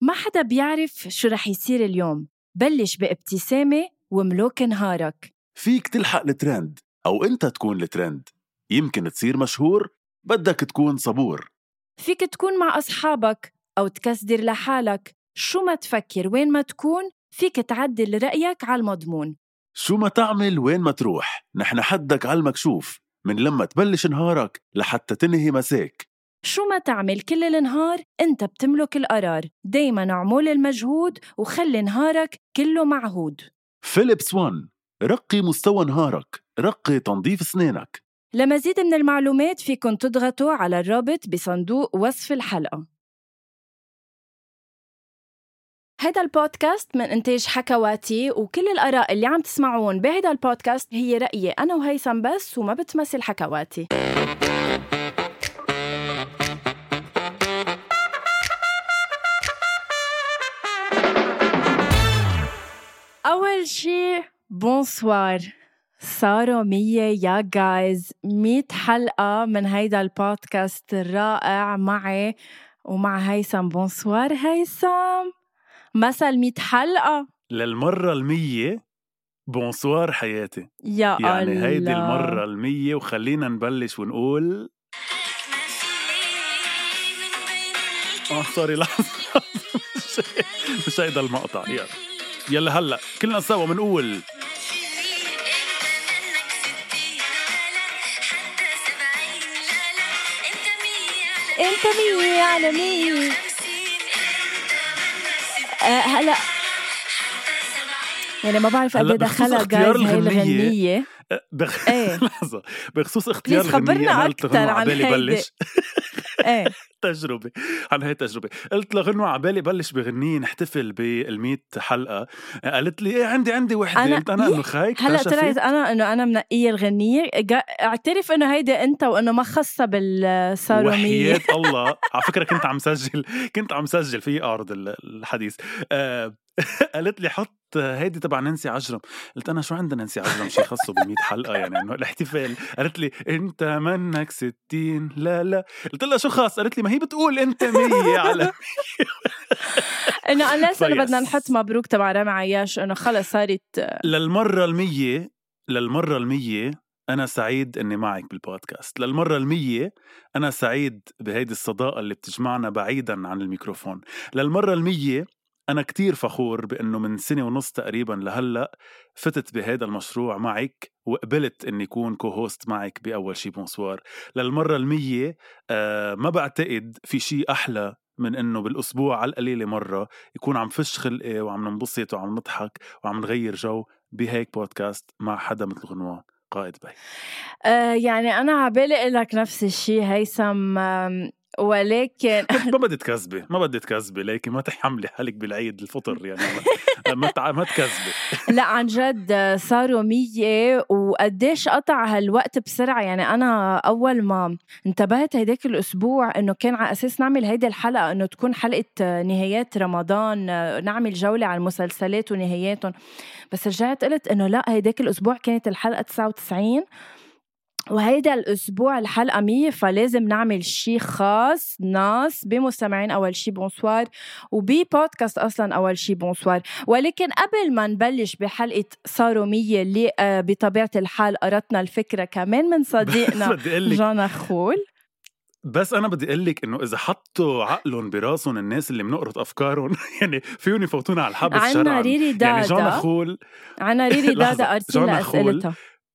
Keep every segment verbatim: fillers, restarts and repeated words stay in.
ما حدا بيعرف شو رح يصير اليوم. بلش بابتسامة وملوك نهارك. فيك تلحق الترند أو أنت تكون الترند. يمكن تصير مشهور، بدك تكون صبور. فيك تكون مع أصحابك أو تكسدر لحالك. شو ما تفكر وين ما تكون، فيك تعدل رأيك على المضمون. شو ما تعمل وين ما تروح، نحن حدك على المكشوف، من لما تبلش نهارك لحتى تنهي مساك. شو ما تعمل كل النهار، انت بتملك القرار. دايما اعمل المجهود وخلي نهارك كله معهود. فيليبس وان، رقي مستوى نهارك، رقي تنظيف سنينك. لمزيد من المعلومات فيكن تضغطوا على الرابط بصندوق وصف الحلقة. هيدا البودكاست من إنتاج حكواتي، وكل الآراء اللي عم تسمعون بهيدا البودكاست هي رأيي أنا وهيثم بس، وما بتمثل حكواتي. أول شي بونسوار، صاروا مية يا جايز، مية حلقة من هيدا البودكاست الرائع معي ومع هيثم. بونسوار هيثم، مسا المية حلقة للمرة المية. بونسوار حياتي يا يعني الله. هيدي المرة المية، وخلينا نبلش ونقول آه سوري لحظة مش هيدا المقطع. يلا يلا هلأ كلنا سوا منقول انت مية على مية. أه هلأ يعني ما بعرف قد دخلها جايز هاي الغنية بخ... ايه لحظة بخصوص اختيار الغنية. خبرنا أكتر عن هيدا ايه تجربة عن هاي التجربة. قلت لغنوة عبالي بلش بغنية نحتفل بالمية حلقة. قالت لي ايه عندي عندي وحدة. أنا قلت أنا إنه خايك هلأ طلعت أنا إنه أنا منقية الغنية. اعترف إنه هيدا أنت وإنه ما خصة بالصارومية. وحياة الله على فكرة كنت عم سجل كنت عم سجل في أرض الحديث. أه قالت لي حط هيدي تبع نانسي عجرم. قلت أنا شو عندنا نانسي عجرم شي خصه بالمية حلقة يعني إنه الاحتفال. قالت لي أنت منك ستين. لا لا قلت لها شو خاص. قالت لي ما هي بتقول أنت مية على إنه أناس إنه بدنا نحط مبروك تبع رامي عياش إنه خلص صارت للمرة المية. للمرة المية أنا سعيد أني معك بالبودكاست. للمرة المية أنا سعيد بهيدي الصداقة اللي بتجمعنا بعيدا عن الميكروفون. للمرة المية أنا كتير فخور بأنه من سنة ونص تقريبا لهلأ فتت بهذا المشروع معك وقبلت أني يكون كوهوست معك بأول شي بونسوار. للمرة المية آه ما بعتقد في شي أحلى من أنه بالأسبوع على القليلة مرة يكون عم فش خلقي وعم ننبسط وعم نضحك وعم نغير جو بهيك بودكاست مع حدا مثل غنوة قائد بي. آه يعني أنا عبالي لك نفس الشي هيثم، ولكن ما بدي تكذبي ما بدي تكذبي لكن ما تحملي حالك بالعيد الفطر يعني ما ما ما تكذبي. لا عن جد صاروا مية وقديش قطع هالوقت بسرعة. يعني أنا أول ما انتبهت هيداك الأسبوع إنه كان على أساس نعمل هيدا الحلقة إنه تكون حلقة نهايات رمضان، نعمل جولة على المسلسلات ونهاياتهم، بس رجعت قلت إنه لا هيداك الأسبوع كانت الحلقة تسعة وتسعين وهيدا الأسبوع الحلقة مية، فلازم نعمل شي خاص ناس بمستمعين أول شي بونسوار وببودكاست أصلا أول شي بونسوار. ولكن قبل ما نبلش بحلقة صاروا مية اللي بطبيعة الحال قرأتنا الفكرة كمان من صديقنا جانا خول، بس أنا بدي أقولك إنه إذا حطوا عقلهم براسهم الناس اللي منقرط أفكارهم يعني فيهم يفوتونا على الحبس شرعا. عنا ريري دادا يعني جانا خول عنا ريري دادا أرسلنا أسئلتها.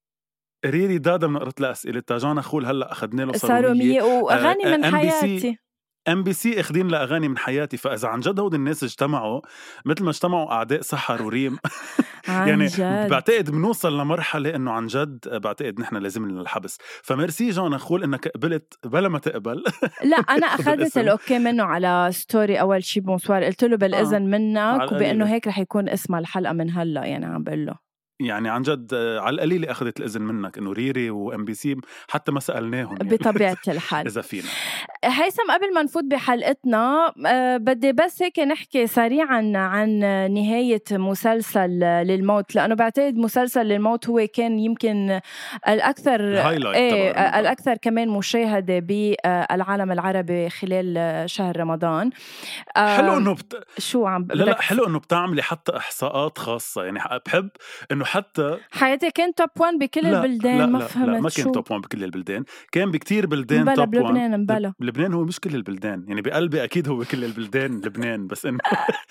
ريري دادا منقرط لها أسئلتها. جانا خول هلأ أخذنا له صاروا مية وأغاني من حياتي. ام بي سي اخذين لاغاني من حياتي. فاذا عن جد هود الناس اجتمعوا مثل ما اجتمعوا اعداء سحر وريم يعني جد. بعتقد بنوصل لمرحله انه عن جد بعتقد نحن لازم لنا الحبس. فميرسي جانا خول انك قبلت بلا ما تقبل. لا انا اخذت الاوكي منه على ستوري اول شي بونسوار، قلت له بالاذن آه. منك وبانه هيك رح يكون اسمها الحلقه من هلا. يعني عم بقول له يعني عن جد على القليل أخذت الإذن منك إنه ريري وام بي سي حتى ما سألناهم يعني. بطبيعة الحال. إذا فينا هيثم قبل ما نفوت بحلقتنا أه بدي بس هيك نحكي سريعا عن نهاية مسلسل للموت، لأنه بعتقد مسلسل للموت هو كان يمكن الأكثر ايه الأكثر كمان مشاهدة بالعالم العربي خلال شهر رمضان. أه حلو إنه بت... شو عم لا لا حلو إنه بتعملي حتى إحصاءات خاصة، يعني بحب إنه حتى حياتي كان توب وان بكل لا البلدان. لا ما لا فهمت لا ما كان شو توب وان بكل البلدان، كان بكتير بلدان مبلا توب وان. بلبنان مبلا لبنان هو مش كل البلدان، يعني بقلبي أكيد هو كل البلدان لبنان، بس إنه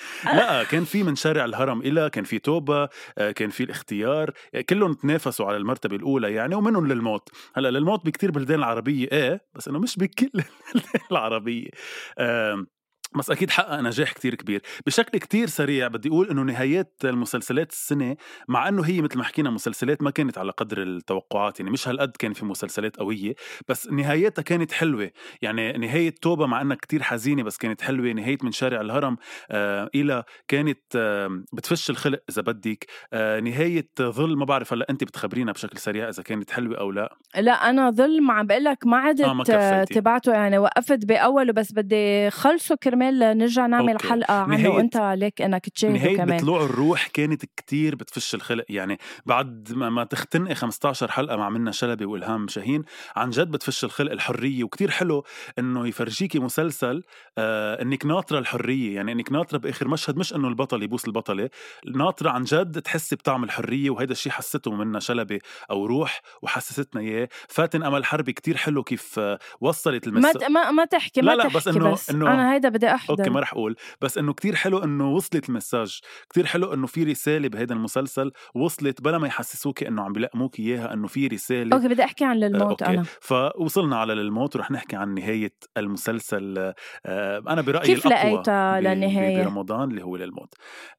لا كان في من شارع الهرم إلى كان في توبة، كان في الاختيار، كلهم تنافسوا على المرتبة الأولى يعني، ومنهم للموت. هلا للموت بكتير بلدان العربية إيه، بس إنه مش بكل البلدان العربية. آه بس أكيد حقق نجاح كتير كبير. بشكل كتير سريع بدي أقول إنه نهايات المسلسلات السنة، مع إنه هي مثل ما حكينا مسلسلات ما كانت على قدر التوقعات، يعني مش هالقد كان في مسلسلات قوية، بس نهايتها كانت حلوة. يعني نهاية توبة مع إنها كتير حزينة بس كانت حلوة. نهاية من شارع الهرم آه إلى كانت آه بتفش الخلق إذا بدك. آه نهاية ظل ما بعرف هلا أنت بتخبرينا بشكل سريع إذا كانت حلوة أو لا. لا أنا ظل ما عم بقلك ما عدت آه تبعته، يعني وقفت بأوله بس بدي خلصه كرمال نرجع نعمل أوكي. حلقة عنه وانت عليك انك تشاهده نهاية كمان. بطلوع الروح كانت كتير بتفش الخلق، يعني بعد ما, ما تختنقي خمسة عشر حلقة مع منا شلبي والهام شاهين عن جد بتفش الخلق الحرية. وكتير حلو انه يفرجيكي مسلسل آه انك ناطرة الحرية، يعني انك ناطرة باخر مشهد مش انه البطل يبوس البطلة، ناطرة عن جد تحسي بطعم الحرية. وهيدا الشيء حسيته منا شلبي او روح وحسستنا اياه. فاتن امل حربي كتير حلو كيف وصلت المسج. ما ما ما تحكي لا ما لا تحكي بس إنه بس إنه انا هيدا بدي احضر. اوكي ما رح اقول، بس انه كتير حلو انه وصلت المساج. كتير حلو انه في رساله بهذا المسلسل وصلت بلا ما يحسسوك انه عم بلقموك اياها، انه في رساله. اوكي بدي احكي عن للموت. آه أوكي. انا فوصلنا على للموت ورح نحكي عن نهايه المسلسل. آه انا برايي كيف الاقوى لقيتها للنهايه برمضان اللي هو للموت.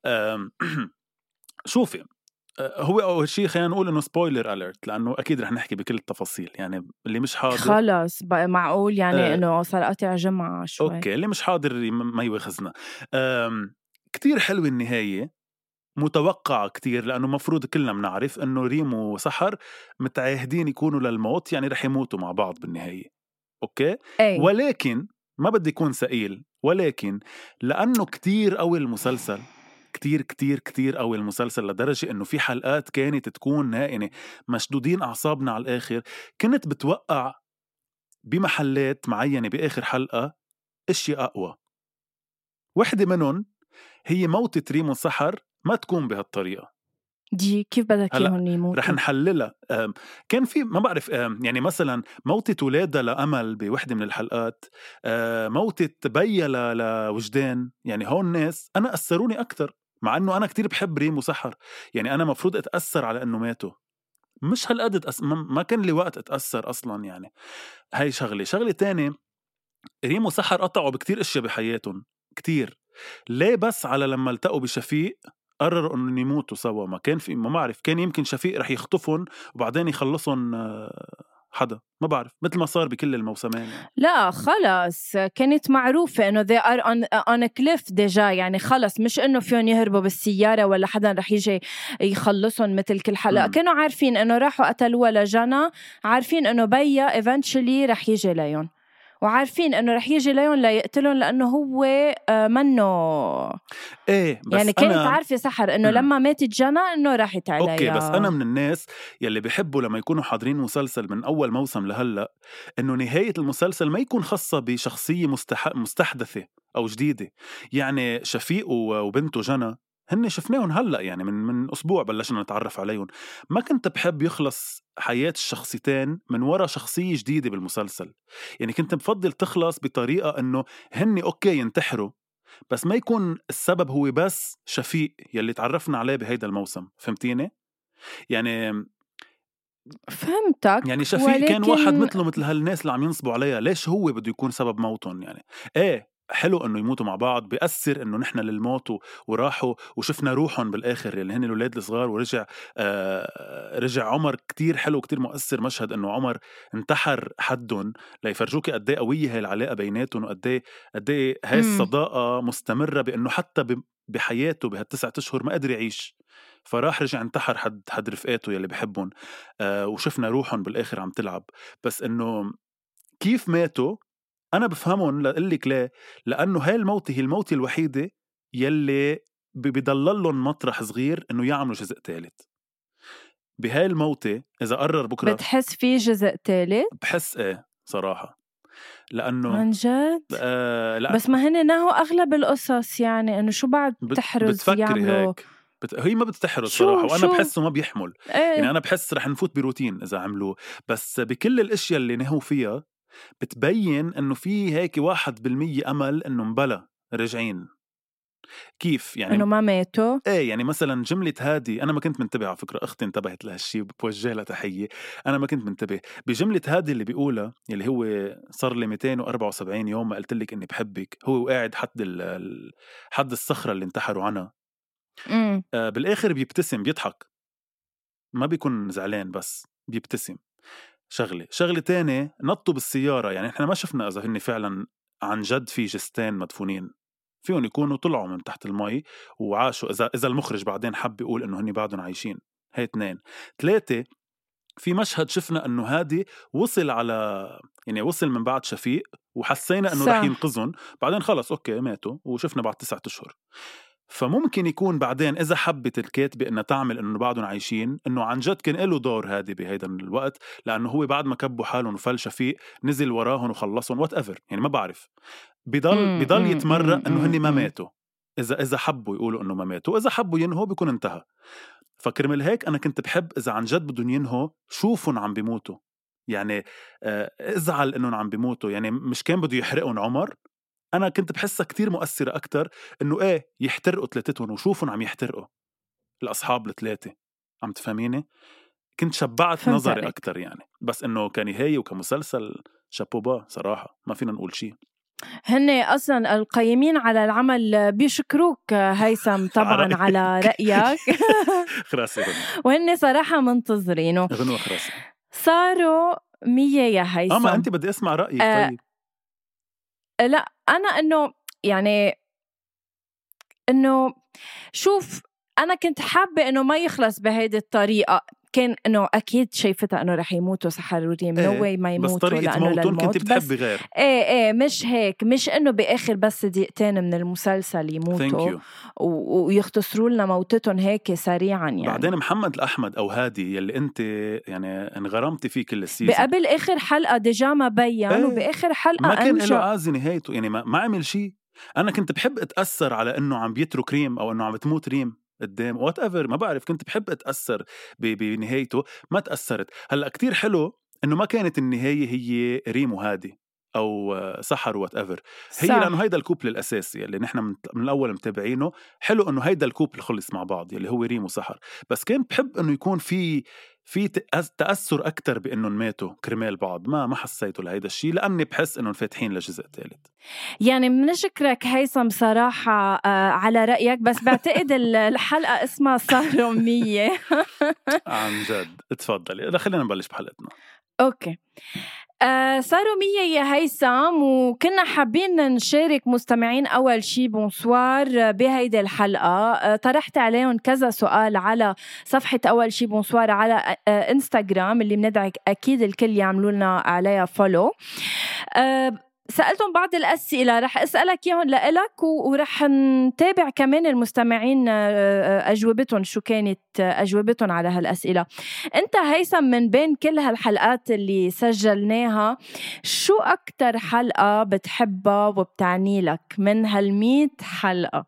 شوفي هو أول شيء خلينا نقول إنه سبويلر أليرت، لأنه أكيد رح نحكي بكل التفاصيل، يعني اللي مش حاضر خلاص بقى معقول يعني آه إنه صار قطع جمعة شوي. أوكي اللي مش حاضر ما يوخزنا. كتير حلوة النهاية، متوقعة كتير، لأنه مفروض كلنا منعرف إنه ريم وسحر متعاهدين يكونوا للموت، يعني رح يموتوا مع بعض بالنهاية. أوكي أي. ولكن ما بدي يكون سئيل، ولكن لأنه كتير قوي المسلسل، كتير كتير كتير قوي المسلسل لدرجة إنه في حلقات كانت تكون يعني مشدودين أعصابنا على الآخر. كنت بتوقع بمحلات معينة بآخر حلقة اشياء أقوى. واحدة منهم هي موتة ريم وسحر ما تكون بهالطريقة دي كيف بدك اياهم يموتوا؟ رح نحللها. كان في ما بعرف يعني مثلا موتة ولادة لأمل بوحدة من الحلقات، موتة بيا لوجدان، يعني هون ناس أنا أثروني أكتر، مع أنه أنا كتير بحب ريم وسحر، يعني أنا مفروض أتأثر على أنه ماتوا، مش هالقد أتأس... ما كان لي وقت أتأثر أصلا. يعني هاي شغلة. شغلة تانية، ريم وسحر قطعوا بكتير أشياء بحياتهم كتير، ليه بس على لما التقوا بشفيق قرروا انه يموتوا سوا؟ ما كان في ما بعرف، كان يمكن شفيق رح يخطفهم وبعدين يخلصهم حدا، ما بعرف، مثل ما صار بكل الموسمين يعني. لا خلص كانت معروفة انه they are on, on a cliff ديجا، يعني خلص مش انه فيهم يهربوا بالسيارة ولا حدا رح يجي يخلصهم مثل كل حلقة. م. كانوا عارفين انه راحوا قتلوها لجنى، عارفين انه بيا eventually رح يجي ليون، وعارفين انه رح يجي ليون ليقتلون لانه هو منه ايه. بس يعني كانت أنا... عارفة سحر انه م. لما ماتت جنى انه راحت عليها. اوكي بس انا من الناس يلي بيحبوا لما يكونوا حاضرين مسلسل من اول موسم لهلا انه نهاية المسلسل ما يكون خاصة بشخصية مستح... مستحدثة او جديدة. يعني شفيق وبنته جنى هن شفناهم هلأ، يعني من من أسبوع بلشنا نتعرف عليهم. ما كنت بحب يخلص حياة الشخصيتين من وراء شخصية جديدة بالمسلسل، يعني كنت بفضل تخلص بطريقة أنه هن أوكي ينتحروا بس ما يكون السبب هو بس شفيق يلي تعرفنا عليه بهيدا الموسم. فهمتيني؟ يعني فهمتك. يعني شفيق ولكن... كان واحد مثله مثل هالناس اللي عم ينصبوا عليها، ليش هو بده يكون سبب موتهم؟ يعني ايه حلو انه يموتوا مع بعض، بيأثر انه نحن للموت وراحوا وشفنا روحهم بالاخر اللي هن الولاد الصغار. ورجع آه رجع عمر، كتير حلو كتير مؤثر مشهد انه عمر انتحر حدهم ليفرجوك قد ايه قويه هاي العلاقه بيناتهم، وقد ايه قد ايه هاي الصداقه مستمره، بانه حتى بحياته بهالتسعة اشهر ما قدر يعيش، فراح رجع انتحر حد حد رفقاته يلي بحبهم. آه وشفنا روحهم بالآخر عم تلعب. بس إنه كيف ماتوا أنا بفهمهم، لقلك ليه، لأنه هاي الموتة هي الموتة الوحيدة يلي بيضللهم مطرح صغير إنه يعملوا جزء ثالث. بهاي الموتة إذا قرر بكرة بتحس في جزء ثالث؟ بحس إيه صراحة، لأنه عن جد؟ آه لا بس ما هن نهوا أغلب القصص، يعني إنه شو بعد بت تحرز بتفكري يعملوا هيك بت... هي ما بتحرز شو صراحة، وأنا شو بحسه ما بيحمل. ايه يعني أنا بحس رح نفوت بروتين إذا عملوه. بس بكل الأشياء اللي نهوا فيها بتبين إنه في هيك واحد بالمية أمل إنه مبلا رجعين. كيف يعني؟ إنه ما ماتوا. ايه يعني مثلا جملة هادي، أنا ما كنت منتبه على فكرة، أختي انتبهت لهالشي بوجه لها تحية. أنا ما كنت منتبه بجملة هادي اللي بيقولها، اللي هو صار لي مئتين وأربعة وسبعين يوم ما قلت لك إني بحبك، هو قاعد حد ال... حد الصخرة اللي انتحروا عنها. امم آه بالآخر بيبتسم بيضحك، ما بيكون زعلان، بس بيبتسم. شغلة شغلة تانية، نطوا بالسيارة. يعني إحنا ما شفنا إذا هن فعلا عن جد في جستين مدفونين، فيهم يكونوا طلعوا من تحت المي وعاشوا، إذا إذا المخرج بعدين حب يقول إنه هني بعدهم عايشين. هاي اثنين. ثلاثة، في مشهد شفنا إنه هادي وصل على، يعني وصل من بعد شفيق وحسينا إنه رح ينقذهم، بعدين خلص أوكي ماتوا وشفنا بعد تسعة أشهر. فممكن يكون بعدين إذا حبت الكاتبة إنها تعمل إنه بعدهم عايشين، إنه عن جد كان له دور هادي بهيدا الوقت، لأنه هو بعد ما كبوا حالهم وفل شفيق نزل وراهم وخلصهم وات ايفر. يعني ما بعرف، بضل بضل يتمرق إنه هني ما ماتوا. إذا إذا حبوا يقولوا إنه ما ماتوا، إذا حبوا ينهوا بيكون انتهى. فكرمل هيك أنا كنت بحب إذا عن جد بدهم ينهوا شوفهم عم بيموتوا. يعني آه ازعل إنهم عم بيموتوا، يعني مش كان بده يحرقهم عمر. أنا كنت بحسها كتير مؤثرة أكتر إنه إيه يحترقوا ثلاثتهم وشوفهم عم يحترقوا الأصحاب الثلاثة. عم تفهميني؟ كنت شبعت نظري عليك. أكتر يعني. بس إنه كنهاية وكمسلسل شابوبا صراحة ما فينا نقول شيء. هن أصلا القيمين على العمل بيشكروك هيثم طبعا على رأيك. خراسي غنوة، وهن صراحة منتظرينه. غنوة خراسي. صاروا مية يا هيثم. أما أنت بدي أسمع رأيك. آه طيب لا أنا إنه يعني إنه شوف، أنا كنت حابة إنه ما يخلص بهيدي الطريقة. كان إنه أكيد شايفتها إنه رح يموتوا سحر وريم. إيه. نو واي ما يموتوا، بس طريقة موتون كنت بتحبي غير. إيه إيه مش هيك، مش إنه بآخر بس دقيقتين من المسلسل يموتوا و... ويختصروا لنا موتتهم هيك سريعا. يعني بعدين محمد الأحمد أو هادي يلي أنت يعني انغرمتي فيه كل السيزن، بقبل آخر حلقة ديجا ما بيّن. إيه. وبآخر حلقة ما كان أنجا. له عازي نهايته، يعني ما, ما عمل شيء. أنا كنت بحب أتأثر على إنه عم بيترك ريم أو إنه عم بتموت ريم قدام وات ايفر، ما بعرف، كنت بحب أتأثر بنهايته. ما تأثرت. هلأ كتير حلو إنه ما كانت النهاية هي ريم وهادي أو سحر وات ايفر، هي لأنه هيدا الكوبل الأساسي اللي نحن من الأول متابعينه. حلو إنه هيدا الكوبل خلص مع بعض اللي هو ريم وسحر. بس كنت بحب إنه يكون في في تأثر أكتر بإنه ماتوا كرمال بعض. ما ما حسيته لهيدا الشيء، لأني بحس إنه فاتحين لجزء ثالث. يعني منشكرك هيثم صراحة على رأيك. بس بعتقد الحلقة اسمها صاروا مية. عن جد تفضلي، خلينا نبلش بحلقتنا. أوكي. آه صاروا مية يا هيثم، وكنا حابين نشارك مستمعين أول شي بونسوار بهيدي الحلقة. آه طرحت عليهم كذا سؤال على صفحة أول شي بونسوار على آه إنستغرام، اللي بندعي أكيد الكل يعملوا لنا عليها فولو. آه سألتهم بعض الأسئلة رح أسألك إياهم لإلك، ورح نتابع كمان المستمعين أجوبتهم شو كانت أجوبتهم على هالأسئلة. أنت هيثم من بين كل هالحلقات اللي سجلناها، شو أكتر حلقة بتحبها وبتعني لك من هالميت حلقة؟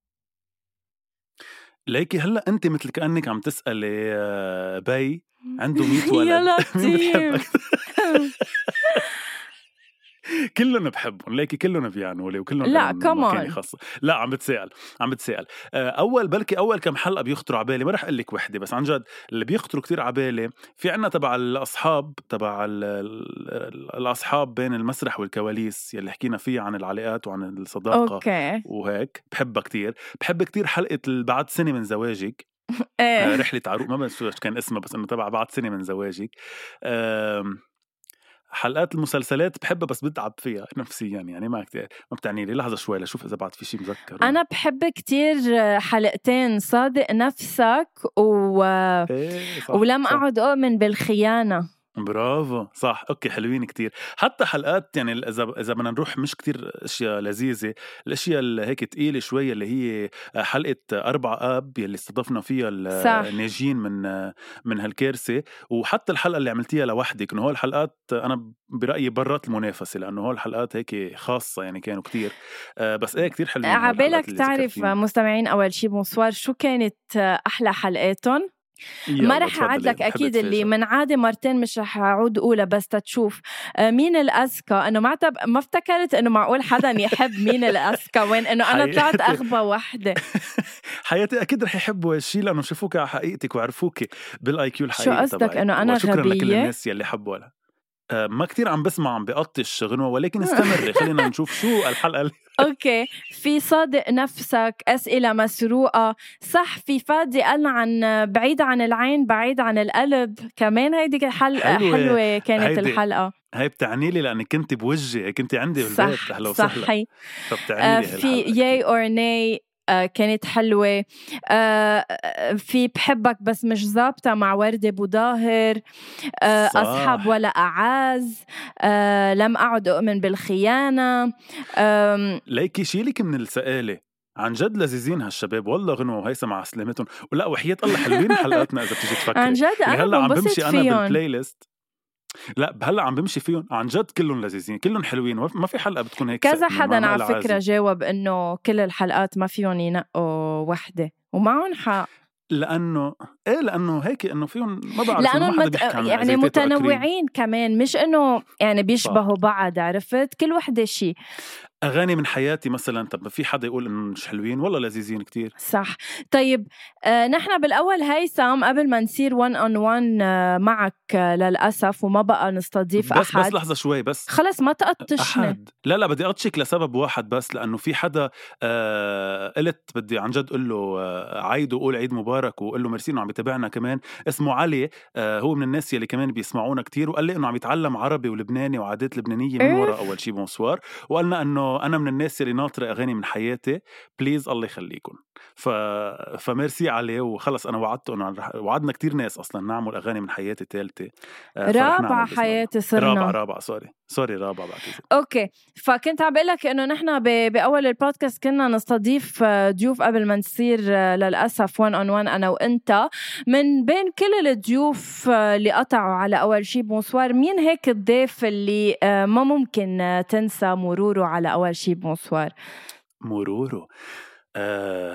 ليكي هلأ أنت مثل كأنك عم تسألي بي عنده ميت ولد. يا لطيف. كلنا بحبهم، ليكي كلنا بيعنوا لي وكلنا لا كمان خاصة. لا عم بتسأل عم بتسأل أول بلكي أول كم حلقة بيخطروا عبالي، ما رح أقول لك وحدة بس عن جد اللي بيخطروا كتير عبالي في عنا تبع الأصحاب تبع الأصحاب بين المسرح والكواليس يلي حكينا فيه عن العلاقات وعن الصداقة. أوكي. وهيك بحبها كتير. بحب كتير حلقة بعد سنة من زواجك. رحلة عروق، ما بنسوش كان اسمها، بس إنه تبع بعد سنة من زواجك. حلقات المسلسلات بحبها بس بتعب فيها نفسيا يعني ما كتير ما بتعني لي. لحظة شوي لشوف إذا بعد في شيء مذكر. أنا بحب كتير حلقتين صادق نفسك و... إيه صح ولم صح. أعد أؤمن بالخيانة. برافو صح أوكي حلوين كتير. حتى حلقات يعني إذا إذا بدنا نروح مش كتير أشياء لذيذة، الأشياء اللي هيك تقيلة شوية اللي هي حلقة أربع آب اللي استضفنا فيها الناجين من من هالكارثة، وحتى الحلقة اللي عملتيها لوحدك إنه هول الحلقات أنا برأيي برات المنافسة لأنه هول الحلقات هيك خاصة يعني كانوا كتير بس إيه كتير حلوين. عبالك تعرف مستمعين أول شي بونسوار شو كانت أحلى حلقاتهم؟ ما رح أعد لك أكيد اللي من عادة مرتين مش رح أعود أولى بس تتشوف مين الأذكى. أنه ما تب... ما افتكرت أنه معقول حدا يحب مين الأذكى وين أنه أنا طلعت أغبى وحدة. حياتي أكيد رح يحبوا هالشي لأنه شافوك على حقيقتك وعرفوك بالاي كيو الحقيقي. شو قصدك أنه أنا شكرا غبية؟ لكل الناس يلي حبوها. أه ما كتير عم بسمع عم بقطش غنوة ولكن استمري خلينا نشوف شو الحلقة اللي... أوكي في صادق نفسك أسئلة مسروقة صح. في فادي قال عن بعيد عن العين بعيد عن القلب كمان هيدي الحلقة حلوة, حلوة كانت الحلقة هاي بتعني لي لأني كنت بوجهي كنت عندي بالبيت. أهلا وسهلا. صحي. فبتعني لي في ياي أور ناي كانت حلوة. في بحبك بس مش زابطة مع وردة بوظاهر. أصحاب ولا أعاز. لم أعد أؤمن بالخيانة. ليكي شيلك من السئالة عن جد لذيذين هالشباب والله غنوة وهيثم على سلامتهم. ولا وحياة الله حلوين حلقاتنا إذا بتيجي تفكري عن جد أنا هلا عم بمشي فيهم. أنا بالبلاي ليست. لا هلا عم بمشي فيهم عن جد كلهم لذيذين كلهم حلوين ما في حلقة بتكون هيك. كذا حدا على فكرة جاوب إنه كل الحلقات ما فيهم ينقوا وحدة ومعهم حق. لأنه إيه لأنه هيك إنه فيهم ما بعرف لأنه ما مت... يعني متنوعين كمان مش إنه يعني بيشبهوا بعض. عرفت كل وحدة شيء. أغاني من حياتي مثلا طب في حدا يقول إنه مش حلوين والله لذيذين كتير. صح. طيب آه نحن بالأول هيثم قبل ما نصير one on one آه معك آه للأسف وما بقى نستضيف بس أحد. بس لحظة شوي بس خلص ما تقطشني. أحد. لا لا بدي أقطشك لسبب واحد بس لأنه في حدا آه قلت بدي عن جد قل له آه عيد وقول عيد مبارك وقل له ميرسي إنه عم يتابعنا كمان. اسمه علي آه هو من الناس يلي كمان بيسمعونا كتير وقال لي إنه عم يتعلم عربي ولبناني وعادات لبنانية من وراء أول شي بونسوار. وقالنا إنه أنا من الناس اللي ناطرة أغاني من حياتي بليز الله يخليكم. ف... فميرسي عليه وخلص أنا وعدته إنه رح... وعدنا كتير ناس أصلاً نعمل أغاني من حياتي ثالثة آه رابعة حياتي صرنا رابعة رابعة سوري سوري رابعة بعتذر. أوكي فكنت عم بقولك إنه نحن ب... بأول البودكاست كنا نستضيف ضيوف قبل ما نصير للأسف one on one أنا وإنت. من بين كل الضيوف اللي قطعوا على أول شي بونسوار مين هيك الضيف اللي ما ممكن تنسى مروره على أول شي بونسوار؟ مروره آه...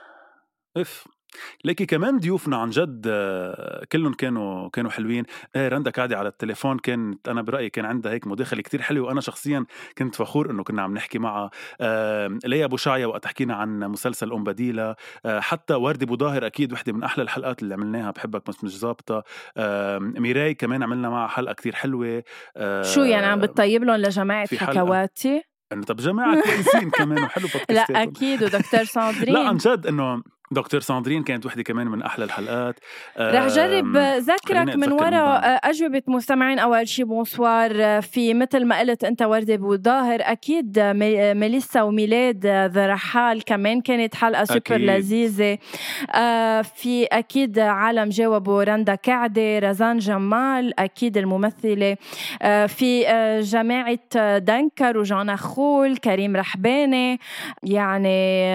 اف لكي كمان ضيوفنا عن جد كلهم كانوا كانوا حلوين. ايه رندا قاعدة على التليفون كانت انا برأيي كان عندها هيك مداخله كتير حلوه وانا شخصيا كنت فخور انه كنا عم نحكي معها. آه ليا ابو شعيا وقت حكينا عن مسلسل ام بديله. آه حتى وردة بوظاهر اكيد وحده من احلى الحلقات اللي عملناها بحبك بس مش ظابطه. آه ميراي كمان عملنا معها حلقه كتير حلوه. آه شو يعني عم بتطيب لهم لجماعه حكواتي؟ انه طب جماعه كويسين كمان وحلو بودكاست. لا اكيد ودكتور ساندرين. لا عن جد انه دكتور ساندرين كانت وحده كمان من احلى الحلقات. رح جرب ذكرك من وراء اجوبه مستمعين اول شي بونسوار. في مثل ما قلت انت وردة بوظاهر اكيد ميليسا وميلاد ذا رحال كمان كانت حلقه سوبر لذيذه. في اكيد عالم جاوبوا رندا كعدة رزان جمال اكيد الممثله. في جماعه دنكر وجانا خول كريم رحباني يعني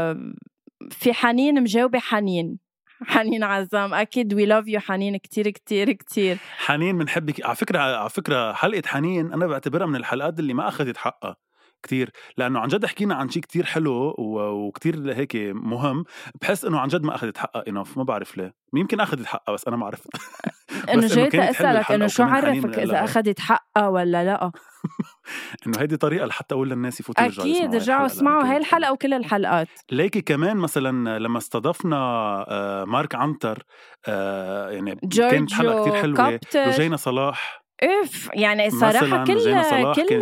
في حنين مجاوبة حنين حنين عزام أكيد we love you حنين كتير كتير كتير. حنين بنحبك على فكرة. على فكرة حلقة حنين أنا بعتبرها من الحلقات اللي ما أخذت حقها كتير لأنه عن جد حكينا عن شيء كتير حلو وكتير هيك مهم. بحس إنه عن جد ما أخذت حقها إناف ما بعرف ليه. يمكن أخذت حقها بس أنا ما عرفت. إنه جيت أسألك إنه شو عرفك إذا أخذت حقها ولا لا. إنه هيدي طريقة لحتى أقول للناس يفوتوا يرجعوا أكيد رجعوا اسمعوا هاي الحلقة وكل الحلقات. ليكي كمان مثلا لما استضفنا مارك عنتر يعني كانت حلقة كتير حلوة. وجينا صلاح إف يعني صراحة كل كل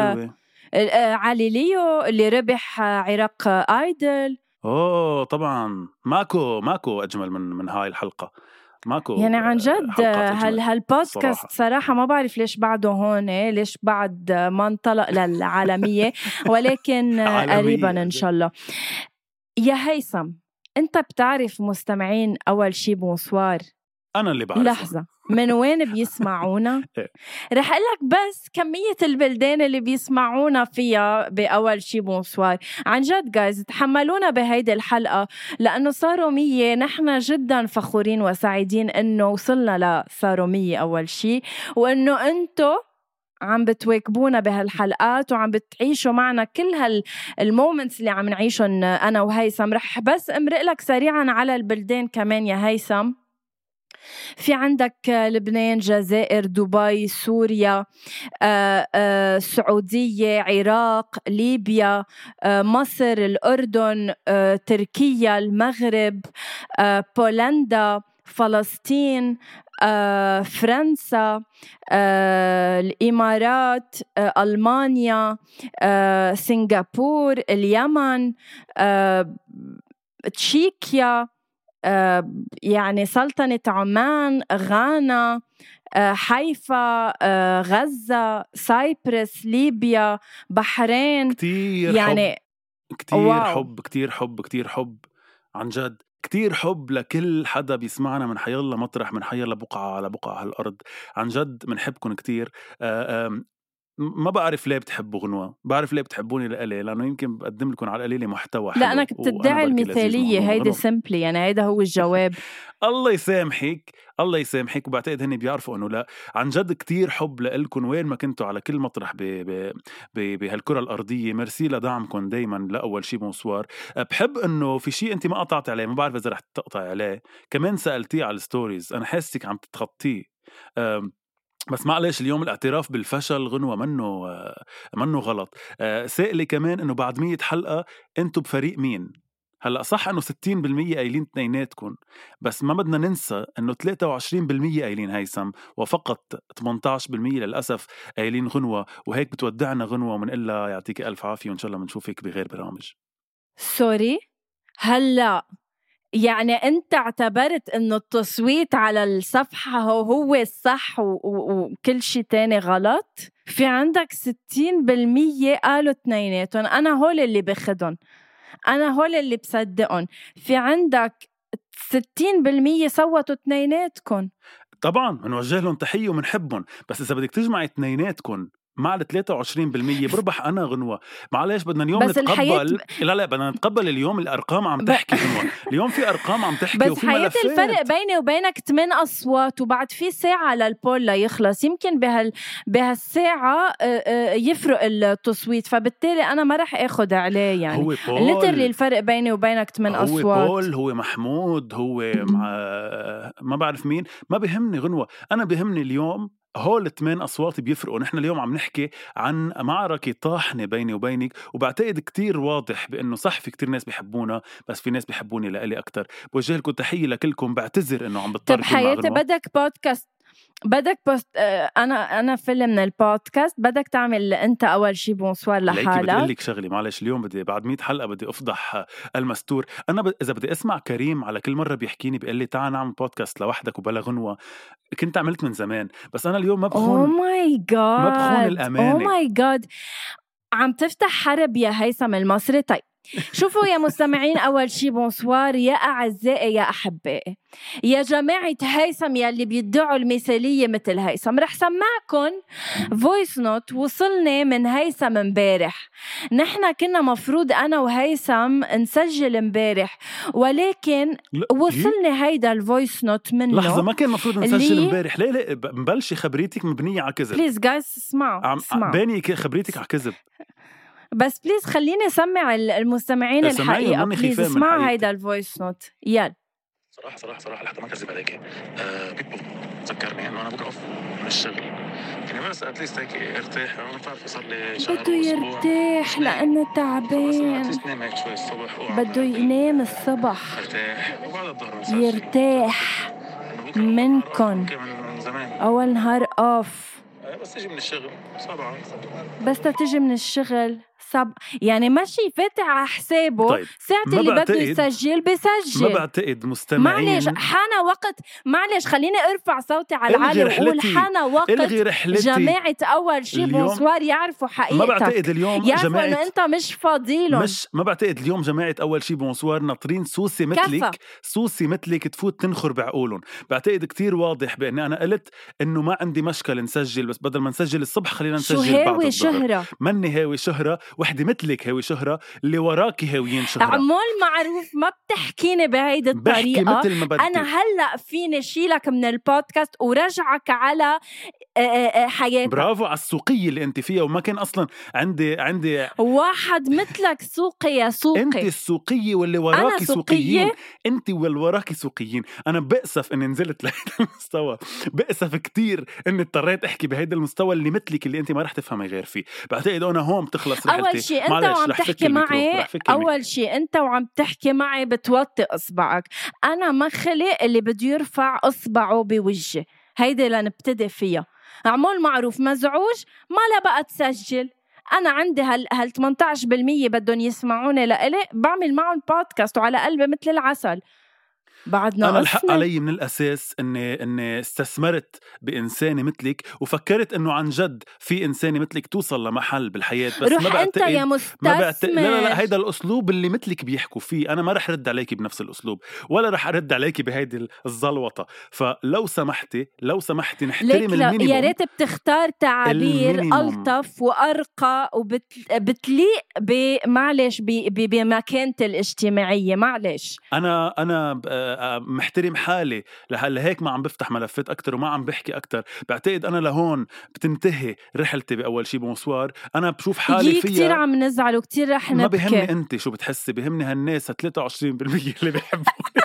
علي ليو اللي ربح عراق آيدل. أوه طبعا ماكو ماكو أجمل من من هاي الحلقة ماكو يعني عن جد حلقات هال أجمل هالبودكاست صراحة. صراحة ما بعرف ليش بعده هون، ليش بعد ما انطلق للعالمية، ولكن عالمية قريبا عن إن جد. شاء الله. يا هيثم، أنت بتعرف مستمعين أول شي بونسوار؟ أنا اللي بعرفه. لحظة، من وين بيسمعونا؟ إيه. رح أقلك بس كمية البلدان اللي بيسمعونا فيها بأول شي بونسوار. عن جد جايز تحملونا بهيدي الحلقة لأنه صاروا مية. نحن جدا فخورين وسعيدين إنه وصلنا لصاروا مية أول شي، وإنه أنتو عم بتواكبونا بهالحلقات وعم بتعيشوا معنا كل هالمومنتس اللي عم نعيشهم أنا وهيثم. رح بس أمرق لك سريعا على البلدان كمان يا هيثم. في عندك لبنان، جزائر، دبي، سوريا، آآ آآ السعودية، عراق، ليبيا، مصر، الأردن، تركيا، المغرب، بولندا، فلسطين، فرنسا، الإمارات، ألمانيا، سنغافورة، اليمن، تشيكيا، Uh, يعني سلطنة عمان، غانا، uh, حيفا، uh, غزة، سايبرس، ليبيا، بحرين. كتير يعني حب كتير واو. حب كتير حب كتير حب عن جد. كتير حب لكل حدا بيسمعنا من حيالله مطرح، من حيالله بقعة على بقعة هالأرض. عن جد منحبكن كتير. uh, ما بعرف ليه بتحبوا غنوة، بعرف ليه بتحبوني لألي، لأنه يمكن بقدم لكم على القليلة محتوى حلو. لا أنا كنت تدعي المثالية هيدا سيمبلي، يعني هيدا هو الجواب. الله يسامحك الله يسامحك. وبعتقد هني بيعرفوا أنه لا، عن جد كتير حب لإلكم وين ما كنتوا على كل مطرح بهالكرة الأرضية. مرسي لدعمكم دايما لأول شي بونسوار. بحب أنه في شي أنت ما قطعت عليه، ما بعرف إذا رح تقطع عليه، كمان سألتيه على الستوريز، أنا حاسك عم تتخطيه. بس معلش اليوم الاعتراف بالفشل غنوة منه منه غلط. سائلي كمان انه بعد مية حلقة انتو بفريق مين؟ هلأ صح انه ستين بالمية قايلين تنيناتكن، بس ما بدنا ننسى انه ثلاثة وعشرين بالمية قايلين هيثم، وفقط ثمانية عشر بالمية للأسف قايلين غنوة. وهيك بتودعنا غنوة، ومنقلها يعطيك ألف عافية، وإن شاء الله منشوفك بغير برامج. سوري هلأ يعني أنت اعتبرت إنه التصويت على الصفحة هو هو الصح وكل شيء تاني غلط؟ في عندك ستين بالمية قالوا اثنيناتهم، أنا هول اللي بخدهم، أنا هول اللي بصدقهم. في عندك ستين بالمية صوتوا اثنيناتكم. طبعا منوجه لهم تحية ومنحبهم، بس إذا بدك تجمع اثنيناتكم مع ال ثلاثة وعشرين بالمية بربح أنا غنوة. معلش بدنا اليوم نتقبل ب... لا لا بدنا نتقبل اليوم الأرقام عم تحكي غنوة. اليوم في أرقام عم تحكي بس حياتي الفرق بيني وبينك ثمان أصوات، وبعد في ساعة للبول ليخلص، يمكن بهال بهالساعة يفرق التصويت، فبالتالي أنا ما رح أخذ عليه. يعني هو ليترلي الفرق بيني وبينك ثمان أصوات. هو بول، هو محمود، هو مع... ما بعرف مين، ما بيهمني غنوة. أنا بيهمني اليوم هول الثمان أصوات بيفرقوا. نحن اليوم عم نحكي عن معركة طاحنة بيني وبينك، وبعتقد كتير واضح بأنه صح في كتير ناس بيحبونا، بس في ناس بيحبوني لألي أكتر. بوجه لكم تحية لكلكم، بعتذر أنه عم بضطر. طب حياتي بدك بودكاست، بدك بوست انا انا فيلم من البودكاست، بدك تعمل انت اول شيء بونسوار لحالك. بدي اقول لك شغله معلش، اليوم بدي بعد مية حلقه بدي افضح المستور. انا ب... اذا بدي اسمع كريم على كل مره بيحكيني بيقول لي تعال نعمل بودكاست لوحدك وبلا غنوه، كنت عملت من زمان، بس انا اليوم ما بخون. اوه ماي جاد، ما بخون الامانه. اوه ماي جاد، عم تفتح حرب يا هيثم المصري. طيب شوفوا يا مستمعين، أول شي بونسوار يا أعزائي يا أحبائي يا جماعة هيثم يلي بيدعوا المثالية مثل هيثم. رح سمعكن فويس نوت وصلني من هيثم مبارح. نحن كنا مفروض أنا وهيثم نسجل مبارح، ولكن وصلني هيدا الفويس نوت منه. لحظة، ما كان مفروض نسجل مبارح؟ ليه ليه مبلشي خبريتك مبنية على كذب؟ بليز جايز اسمعوا اسمعوا باني خبريتك على كذب. بس بليز خليني اسمع المستمعين الحقيقة. بليز اسمع هيدا الفويس نوت. يلا. صراحة صراحة صراحة لحظة ما كذب عليك، أه بيبو ذكرني انه انا بوقف من الشغل، فيني بس اتليست هيك ارتاح. انا ما بعرف صار لي شهر بده يرتاح لانه تعبان، بده ينام الصبح ارتاح، وبعد الظهر يرتاح منكن اول نهار اوف. بس تجي من الشغل سبعة، بس تجي من الشغل سب... يعني ماشي فاتح على حسابه. طيب. ساعة اللي بده يسجل بيسجل. ما بعتقد مستمعين. معلش حان وقت، معلش خليني ارفع صوتي على العالي وقول حان وقت جماعة أول شي بونسوار يعرفوا حقيقتك. ما بعتقد اليوم جماعة إنه أنت مش فاضيلهم. مش ما بعتقد اليوم جماعة أول شي بونسوار ناطرين سوسي مثلك سوسي مثلك تفوت تنخر بعقولهم. بعتقد كتير واضح بأني أنا قلت إنه ما عندي مشكلة نسجل، بس بدل ما نسجل الصبح خلينا نسجل بعد الظهر. شهرة مني هاوي شهرة، وحدة مثلك هاوي شهرة، اللي وراكي هاويين شهرة. عمول معروف ما بتحكيني بهيدي الطريقة. أنا هلأ فيني شيلك من البودكاست ورجعك على حياتك. برافو على السوقية اللي أنت فيها، وما كان أصلا عندي عندي واحد مثلك سوقي يا سوقي. أنت السوقية واللي وراكي سوقيين. أنت واللي وراكي سوقيين. أنا بأسف إني نزلت لهذا المستوى، بأسف كتير إني اضطريت أحكي بهذا المستوى اللي مثلك اللي أنت ما رح تفهمي غير فيه. بعتقد أنا هون بتخلص رحلتي. أول شيء أنت وعم تحكي معي أول شيء أنت وعم تحكي معي بتوطي إصبعك. أنا ما خلق اللي بده يرفع إصبعه بوجهي. هيدا لنبتدي فيها. عمول معروف مزعوج ما لا بقى تسجل. أنا عندي هال هال ثمانية عشر بالمية بدهم يسمعوني لإلي، بعمل معهم بودكاست وعلى قلبي مثل العسل. بعدنا أنا الحق علي من الأساس إني إني استثمرت بإنسانة مثلك، وفكرت إنه عن جد في إنسانة مثلك توصل لمحل بالحياة. بس روح ما بعتقد أنت يا مستثمر. ما بعتقد لا لا لا هيدا الأسلوب اللي مثلك بيحكوا فيه. أنا ما رح رد عليكي بنفس الأسلوب، ولا رح أرد عليكي بهيدي الزلوطة. فلو سمحتي لو سمحتي نحترم المينيموم. يا ريت بتختار تعابير ألطف وأرقى وبتليق بمعلش بمكانتي الاجتماعية. معلش أنا أنا محترم حالي لهيك ما عم بفتح ملفات أكتر وما عم بحكي أكتر. بعتقد أنا لهون بتنتهي رحلتي بأول شي بونسوار. أنا بشوف حالي فيها كتير عم نزعل وكتير رح نبكي. ما بيهمني أنت شو بتحسي، بيهمني هالناس ثلاثة وعشرين بالمية اللي بيحبوني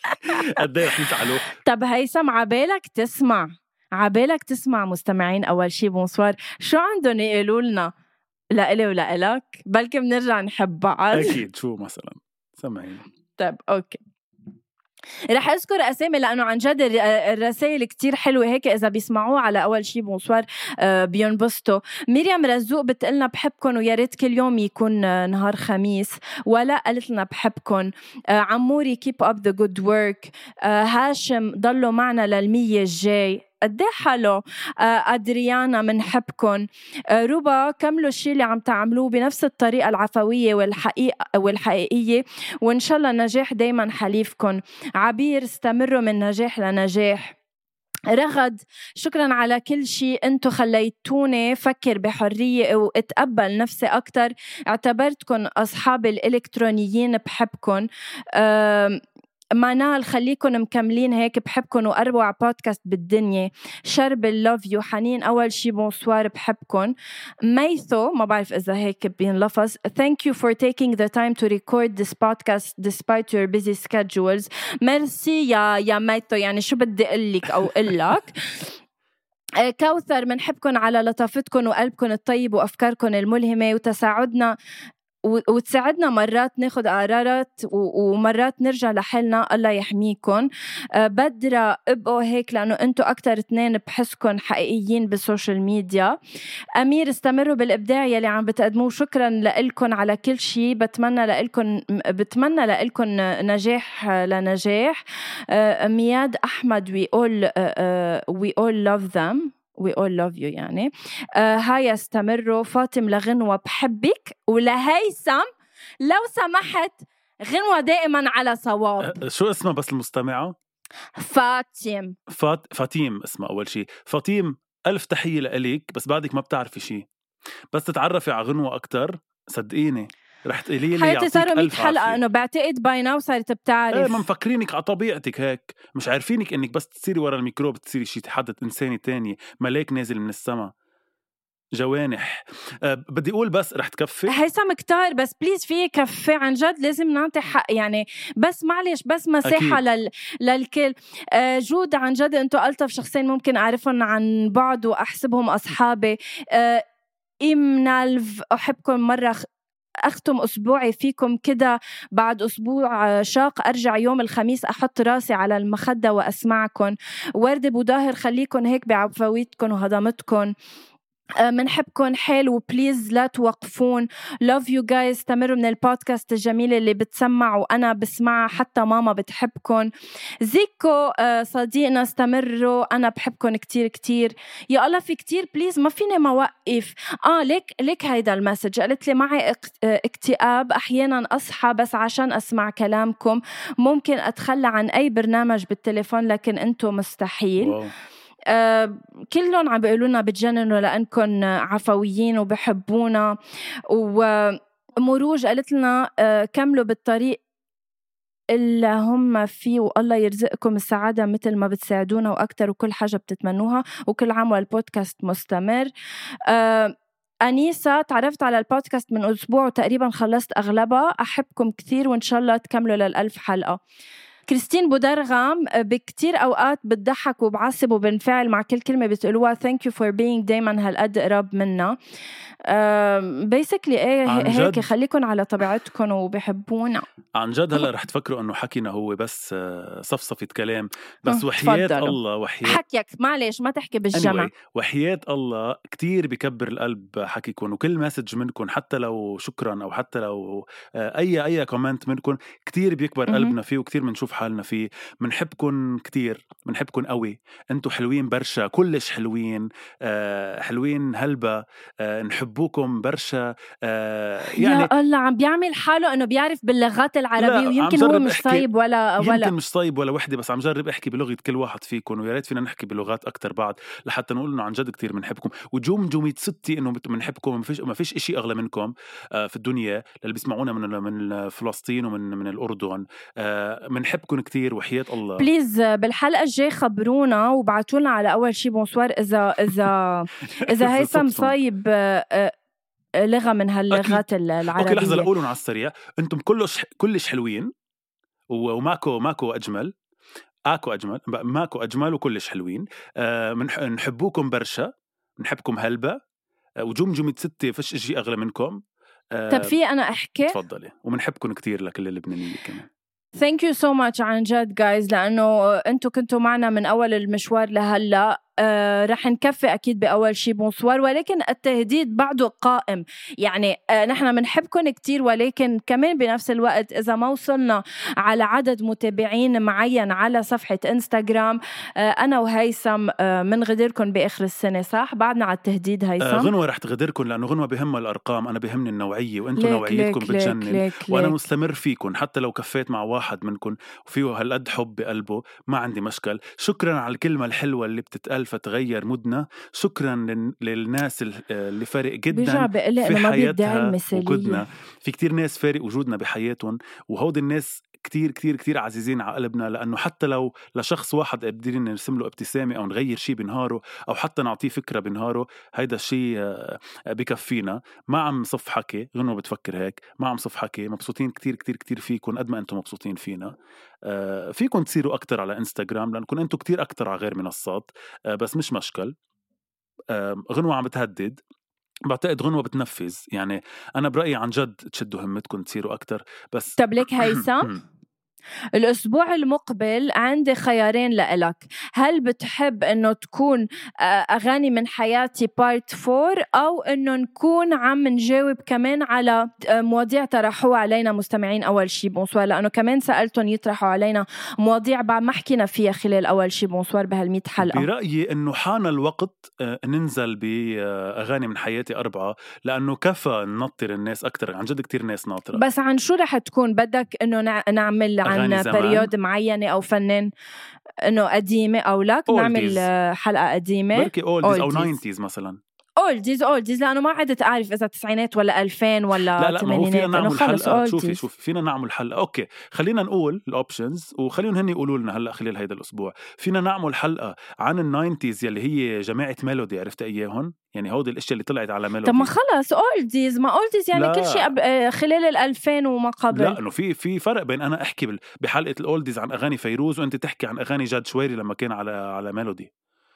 قد ايه رح يزعلوا. طب هيثم عبالك تسمع عبالك تسمع مستمعين أول شي بونسوار شو عندهم يقولوا لنا لإلي ولإلك؟ بلكي بنرجع نحب بعض. أكيد. شو مثلا سمعين؟ طب أوكي، رح أذكر أسامي لأنه عن جد الرسائل كتير حلوة هيك. إذا بيسمعوه على أول شي بونسوار بينبسطوا. مريم رزوق بتقلنا بحبكن ويا ريت كل يوم يكون نهار خميس. ولا قالت لنا بحبكن. عموري keep up the good work. هاشم ضلوا معنا للمية الجاي. قدي حلو. أدريانا منحبكن. روبا كملوا الشيء اللي عم تعملوه بنفس الطريقة العفوية والحقيقة والحقيقية، وإن شاء الله النجاح دايما حليفكن. عبير استمروا من نجاح لنجاح. رغد شكرا على كل شيء انتو خليتوني فكر بحرية واتقبل نفسي أكتر. اعتبرتكن أصحاب الإلكترونيين بحبكن. منال خليكن مكملين هيك بحبكن وأروع بودكاست بالدنيا. شرب اللوف يو. حنين أول شي بونسوار بحبكن. ميثو ما بعرف إذا هيك بينلفظ. Thank you for taking the time to record this podcast despite your busy schedules. ميرسي يا يا ميثو، يعني شو بدي أقلك أو قلك. كوثر منحبكن على لطافتكن وقلبكن الطيب وأفكاركن الملهمة وتساعدنا وتساعدنا مرات ناخد قرارات ومرات نرجع لحالنا. الله يحميكن. بدرة ابقوا هيك لأنه انتو أكتر اتنين بحسكن حقيقيين بالسوشيال ميديا. أمير استمروا بالإبداع يلي عم بتقدموه. شكرا لإلكن على كل شيء. بتمنى لإلكن بتمنى لإلكن نجاح لنجاح. مياد أحمد we all uh, we all love them we all love you يعني. آه هاي استمروا. فاطم لغنوة بحبك. ولهيثم لو سمحت غنوة دائما على صواب. شو اسمها بس المستمعة؟ فاطم. فات... فاطيم اسمها أول شيء. فاطيم ألف تحية لإليك، بس بعدك ما بتعرفي شيء. بس تتعرفي على غنوة أكتر صدقيني رح تقولي لي حياتي صاروا مية حلقة انه بعتقد باي ناو صارت بتعرف. ايه ما مفكرينك على طبيعتك هيك، مش عارفينك انك بس تصيري ورا الميكروب تصيري شي حد انساني تاني، ملاك نازل من السما جوانح. أه بدي اقول بس رح تكفي هيثم كتار، بس بليز في كفي عن جد لازم نعطي حق يعني. بس معلش بس مساحة لل... للكل. أه جود عن جد انتو ألطف شخصين ممكن اعرفهم عن بعض واحسبهم اصحابي. أه إمنالف احبكم مرة. أختم أسبوعي فيكم كده بعد أسبوع شاق. أرجع يوم الخميس أحط راسي على المخدة وأسمعكم. ورد بوداهر خليكن هيك بعفويتكن وهضمتكن. منحبكن حلو وبليز لا توقفون. love you guys. استمروا من البودكاست الجميل اللي بتسمع وأنا بسمعها، حتى ماما بتحبكن. زيكو صديقنا استمروا، أنا بحبكن كتير كتير. يا الله في كتير بليز ما فيني ما وقف. آه ليك ليك هيدا المسج قالت لي معي اكتئاب أحيانا أصحى بس عشان أسمع كلامكم، ممكن أتخلى عن أي برنامج بالتليفون لكن أنتو مستحيل. واو. أه كلهم عم بيقولونا بتجننوا لأنكم عفويين وبحبونا. ومروج قالت لنا أه كملوا بالطريق اللي هم فيه والله يرزقكم السعادة مثل ما بتساعدونا وأكتر وكل حاجة بتتمنوها، وكل عام والبودكاست مستمر. أه أنيسة تعرفت على البودكاست من أسبوع وتقريبا خلصت أغلبها، أحبكم كثير وإن شاء الله تكملوا للألف حلقة. كريستين بودرغام بكتير أوقات بتضحك وبعصب وبنفعل مع كل كلمة بتقولوها. thank you for being دايما هالقد قرب منا. basically ايه هيك خليكن على طبيعتكن وبحبونا عن جد. هلا رح تفكروا انه حكينا هو بس صفصفة كلام بس، وحياة الله وحياة حكيك معلش ما تحكي بالجمع. anyway, وحياة الله كتير بكبر القلب حكيكن، وكل مسج منكن حتى لو شكرا او حتى لو اي اي كومنت منكن كتير بيكبر قلبنا فيه وكتير بنشوف حالنا فيه. منحبكن كتير، منحبكن قوي. انتو حلوين برشا، كلش حلوين. أه حلوين هلبة. أه نحبوكم برشا. أه يعني يا الله عم بيعمل حاله انه بيعرف باللغات العربية، ويمكن هو مش صايب ولا ولا يمكن مش صايب ولا وحدة، بس عم جرب احكي بلغة كل واحد فيكم، ويا ريت فينا نحكي بلغات اكتر بعد لحتى نقول انه عن جد كتير منحبكم. وجمجمة ستي انه منحبكم، ما فيش ما فيش اشي اغلى منكم أه في الدنيا اللي بيسمعونا من من فلسطين ومن من الاردن. أه منحبكم كتير وحياة الله. بليز بالحلقة الجاي خبرونا وبعتولنا على أول شي بونسوار إذا إذا إذا هيثم صايب لغة من هاللغات العربية. أوكي لحظة لأقولون على السريع، أنتم كلش كلش حلوين وماكو ماكو أجمل آكو أجمل ماكو أجمل وكلش حلوين. أه نحبوكم برشا، نحبكم هلبة. أه وجمجمة ستة فش إشي أغلى منكم. أه طب في أنا أحكي؟ تفضلي. ومنحبكم كتير لكل اللبنانيين كمان. Thank you so much عن جد guys، لأنه أنتوا كنتوا معنا من أول المشوار لهلأ. آه رح نكفي أكيد بأول شي بونسوار، ولكن التهديد بعده قائم. يعني آه نحن منحبكم كتير، ولكن كمان بنفس الوقت إذا ما وصلنا على عدد متابعين معين على صفحة إنستغرام، آه أنا وهيثم آه من غديركم بآخر السنة. صح؟ بعدنا على التهديد هيثم. آه غنوة رح تغدركم، لأنه غنوة بهمها الأرقام، أنا بهمني النوعية، وأنتوا نوعيتكم بتجنن. ليك وأنا ليك. مستمر فيكم حتى لو كفيت مع واحد منكم وفيه هالقد حب بقلبه، ما عندي مشكل. شكرا على الكلمة الحلوة اللي بتتقال فتغير مودنا. شكرا للناس اللي فارق جدا في حياتها وجودنا. في كتير ناس فارق وجودنا بحياتهم، وهود الناس كتير كتير كتير عزيزين على قلبنا، لأنه حتى لو لشخص واحد قادرين نرسم له ابتسامة أو نغير شيء بنهاره أو حتى نعطيه فكرة بنهاره، هيدا الشيء بكفينا. ما عم صف حكي، غنوة بتفكر هيك، ما عم صف حكي. مبسوطين كتير كتير كتير فيكم قد ما أنتم مبسوطين فينا. فيكم تصيروا أكتر على إنستغرام لأنكم أنتم كتير أكتر على غير منصات، بس مش مشكل. غنوة عم بتهدد، بعتقد غنوة بتنفذ. يعني أنا برأيي عن جد تشدوا همتكم تصيروا أكتر. بس طب ليك هيثم الأسبوع المقبل عندي خيارين لإلك. هل بتحب إنه تكون أغاني من حياتي بارت فور، أو إنه نكون عم نجاوب كمان على مواضيع طرحوها علينا مستمعين أول شي بونسوار؟ لأنه كمان سألتهم يطرحوا علينا مواضيع بعد ما حكينا فيها خلال أول شي بونسوار بهالمية حلقة. برأيي إنه حان الوقت ننزل بأغاني من حياتي أربعة، لأنه كفى ننطر الناس أكتر. عن جد كتير ناس ناطرة. بس عن شو رح تكون؟ بدك إنه نعمل عن بريود معينة أو فنان إنه قديمة، أو لك نعمل حلقة قديمة بركي أولديز أو ناينتيز مثلا. أولديز أولديز لأنه ما عدت أعرف إذا تسعينات ولا ألفين ولا لا لا ما هو فينا نعمل حلقة. شوفي شوفي فينا نعمل حلقة. أوكي خلينا نقول الأوبشنز وخلينا هني يقولوا لنا هلأ خلال هيدا الأسبوع. فينا نعمل حلقة عن الناينتيز يلي هي جماعة ميلودي، عرفت إياهن؟ يعني هودي الاشياء اللي طلعت على ميلودي. طب ما خلص اولديز، ما اولديز يعني لا. كل شيء خلال الألفين وما قبل. لا انه في في فرق بين انا احكي بحلقه الاولديز عن اغاني فيروز وانت تحكي عن اغاني جاد شويري لما كان على على ميلودي.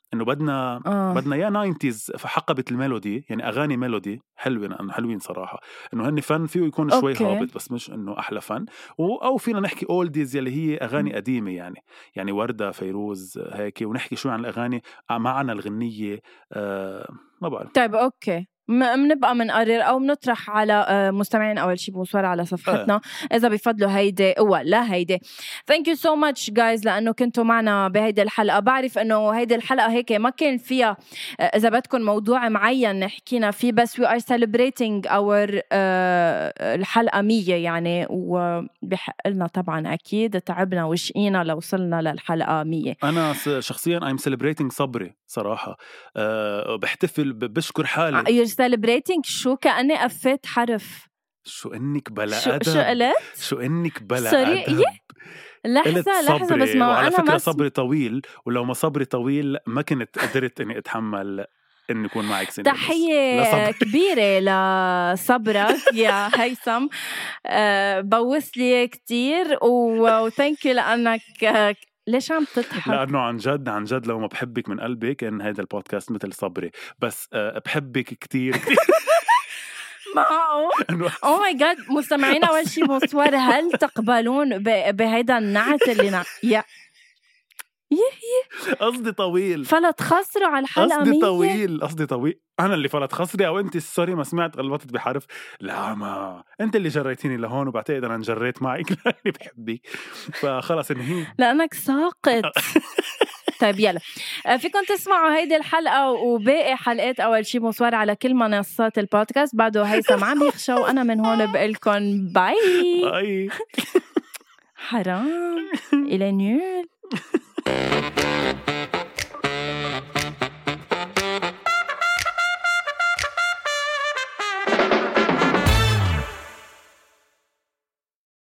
انه بدنا آه. بدنا يا ناينتيز فحقبة الميلودي، يعني اغاني ميلودي حلوين حلوين صراحه، انه هن فن فيه يكون شوي أوكي. هابط بس مش انه احلى فن، او فينا نحكي اولديز يلي هي اغاني قديمه يعني يعني وردة فيروز هيك، ونحكي شوي عن الاغاني معنا الغنيه. آه ما بعرف. طيب اوكي، بنبقى منقرر او بنطرح على مستمعين اول شيء بونسوار على صفحتنا آه. اذا بفضلوا هيدي ولا هيدي. ثانك يو سو ماتش جايز لانه كنتوا معنا بهيدي الحلقه. بعرف انه هيدي الحلقه هيك ما كان فيها اذا بدكم موضوع معين حكينا فيه، بس وي ار سيلبريتنج اور الحلقه مية يعني، وبحق لنا طبعا اكيد تعبنا وشقينا لو وصلنا للحلقه مية. انا شخصيا I'm celebrating صبري صراحه. أه بحتفل بشكر حالي. you're celebrating شو كأني قفيت حرف. شو انك بلا شو ادب شو قلت شو انك بلا سوري ادب لحظة لحظة بس ما وعلى أنا فكرة ما صبري طويل، ولو ما صبري طويل ما كنت قدرت اني اتحمل إن يكون معك سنة. تحية كبيرة لصبرك يا هيثم. أه بوث لي كتير وثانك يو لأنك ليش عم تضحك؟ لأنه عن جد عن جد لو ما بحبك من قلبي كان هذا البودكاست مثل صبري، بس أه بحبك كتير كتير. اوه ماي جاد مستمعين اول شيء بونسوار، هل تقبلون بهيدا النعت اللي نع... يا قصدي طويل فلا تخسروا على الحلقه قصدي طويل قصدي طويل انا اللي فلت خسري او انت سوري ما سمعت غلطت بحرف. لا ما انت اللي جريتيني لهون وبعتقد انا انجريت معك لاني بحبك فخلص انهي لانك ساقط. طيب يلا فيكم تسمعوا هيدي الحلقة وباقي حلقات أول شي بونسوار على كل منصات البودكاست. بعده هيثم عم يخشى وأنا من هون بقلكن باي باي. حرام إلى نيول.